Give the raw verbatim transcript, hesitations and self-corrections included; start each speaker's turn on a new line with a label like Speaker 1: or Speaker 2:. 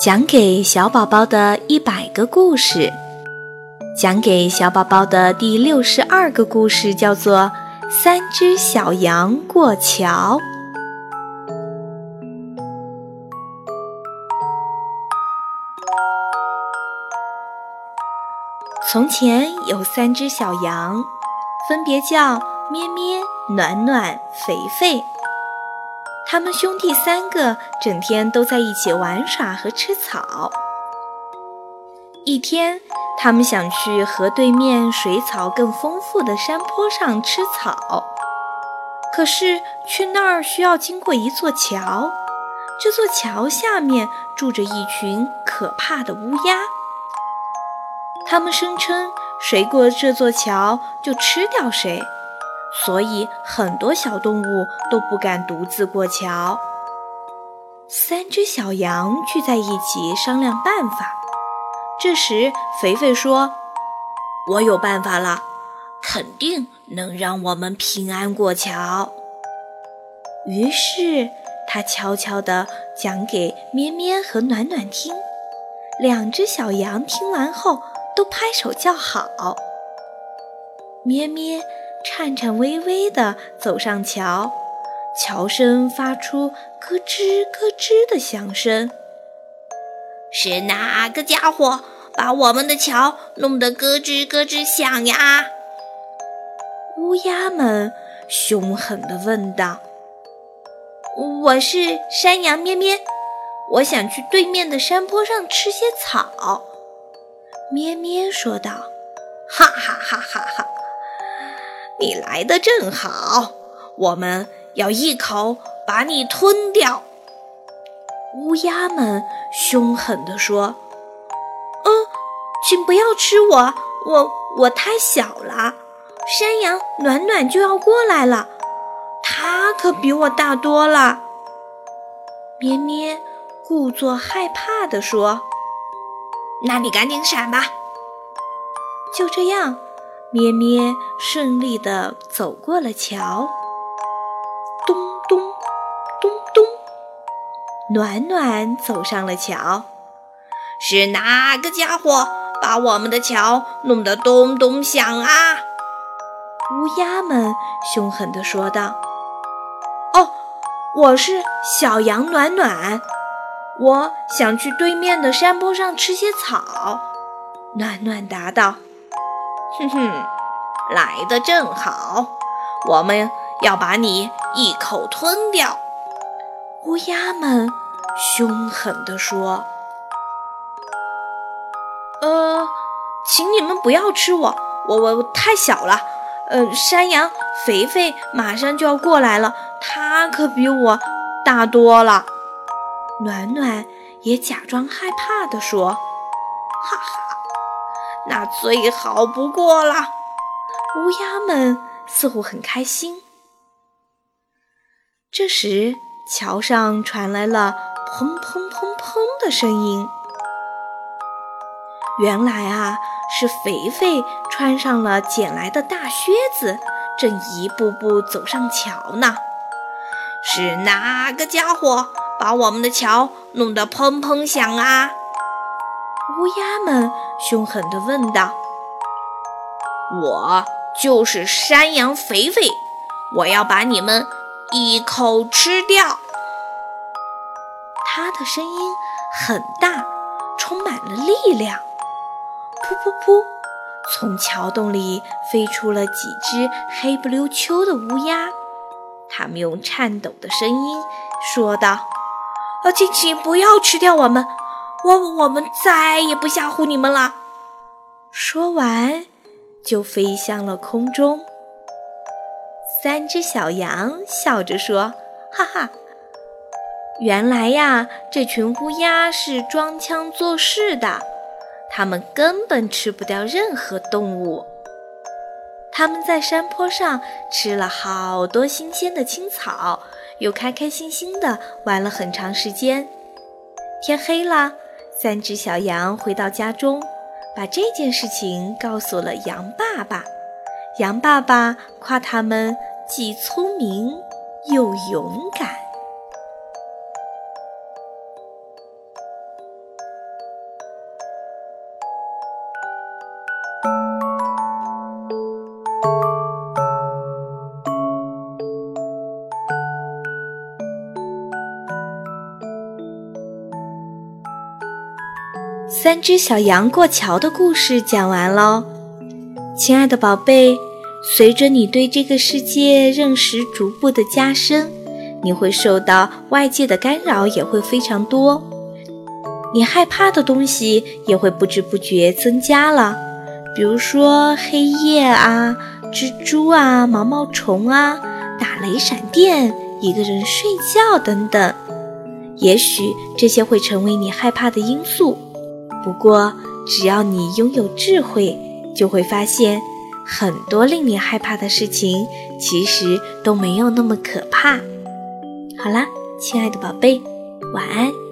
Speaker 1: 讲给小宝宝的一百个故事，讲给小宝宝的第六十二个故事叫做《三只小羊过桥》。从前有三只小羊，分别叫咩咩、暖暖、肥肥。他们兄弟三个整天都在一起玩耍和吃草。一天，他们想去河对面水草更丰富的山坡上吃草，可是去那儿需要经过一座桥，这座桥下面住着一群可怕的乌鸦。他们声称谁过这座桥就吃掉谁，所以很多小动物都不敢独自过桥。三只小羊聚在一起商量办法。这时肥肥说：“我有办法了，肯定能让我们平安过桥。”于是他悄悄地讲给咩咩和暖暖听。两只小羊听完后都拍手叫好。咩咩颤颤巍巍地走上桥，桥身发出咯吱咯吱的响声。是哪个家伙把我们的桥弄得咯吱咯吱响呀？乌鸦们凶狠地问道。我是山羊咩咩，我想去对面的山坡上吃些草。咩咩说道。哈哈哈哈哈！你来得正好，我们要一口把你吞掉。乌鸦们凶狠地说：“嗯，请不要吃我，我我太小了。山羊暖暖就要过来了，它可比我大多了。”咩咩故作害怕地说：“那你赶紧闪吧。”就这样，咩咩顺利地走过了桥。咚咚咚咚，暖暖走上了桥。是哪个家伙把我们的桥弄得咚咚响啊？乌鸦们凶狠地说道。哦，我是小羊暖暖，我想去对面的山坡上吃些草。暖暖答道。哼哼，来得正好，我们要把你一口吞掉。乌鸦们凶狠地说。呃，请你们不要吃我，我我太小了。呃，山羊肥肥马上就要过来了，它可比我大多了。暖暖也假装害怕地说。哈哈，那最好不过了。乌鸦们似乎很开心。这时桥上传来了砰砰砰砰的声音。原来啊，是肥肥穿上了捡来的大靴子，正一步步走上桥呢。是哪个家伙把我们的桥弄得砰砰响啊？乌鸦们凶狠地问道。我就是山羊肥肥，我要把你们一口吃掉。他的声音很大，充满了力量。噗噗噗，从桥洞里飞出了几只黑不溜秋的乌鸦。他们用颤抖的声音说道：呃，请请不要吃掉我们，我我们再也不吓唬你们了。说完就飞向了空中。三只小羊笑着说：哈哈，原来呀，这群乌鸦是装腔作势的，它们根本吃不掉任何动物。他们在山坡上吃了好多新鲜的青草，又开开心心地玩了很长时间。天黑了，三只小羊回到家中，把这件事情告诉了羊爸爸。羊爸爸夸他们既聪明又勇敢。 三只小羊过桥的故事讲完喽。亲爱的宝贝，随着你对这个世界认识逐步的加深，你会受到外界的干扰也会非常多，你害怕的东西也会不知不觉增加了，比如说黑夜啊、蜘蛛啊、毛毛虫啊、打雷闪电、一个人睡觉等等。也许这些会成为你害怕的因素，不过只要你拥有智慧，就会发现很多令你害怕的事情其实都没有那么可怕。好啦，亲爱的宝贝，晚安。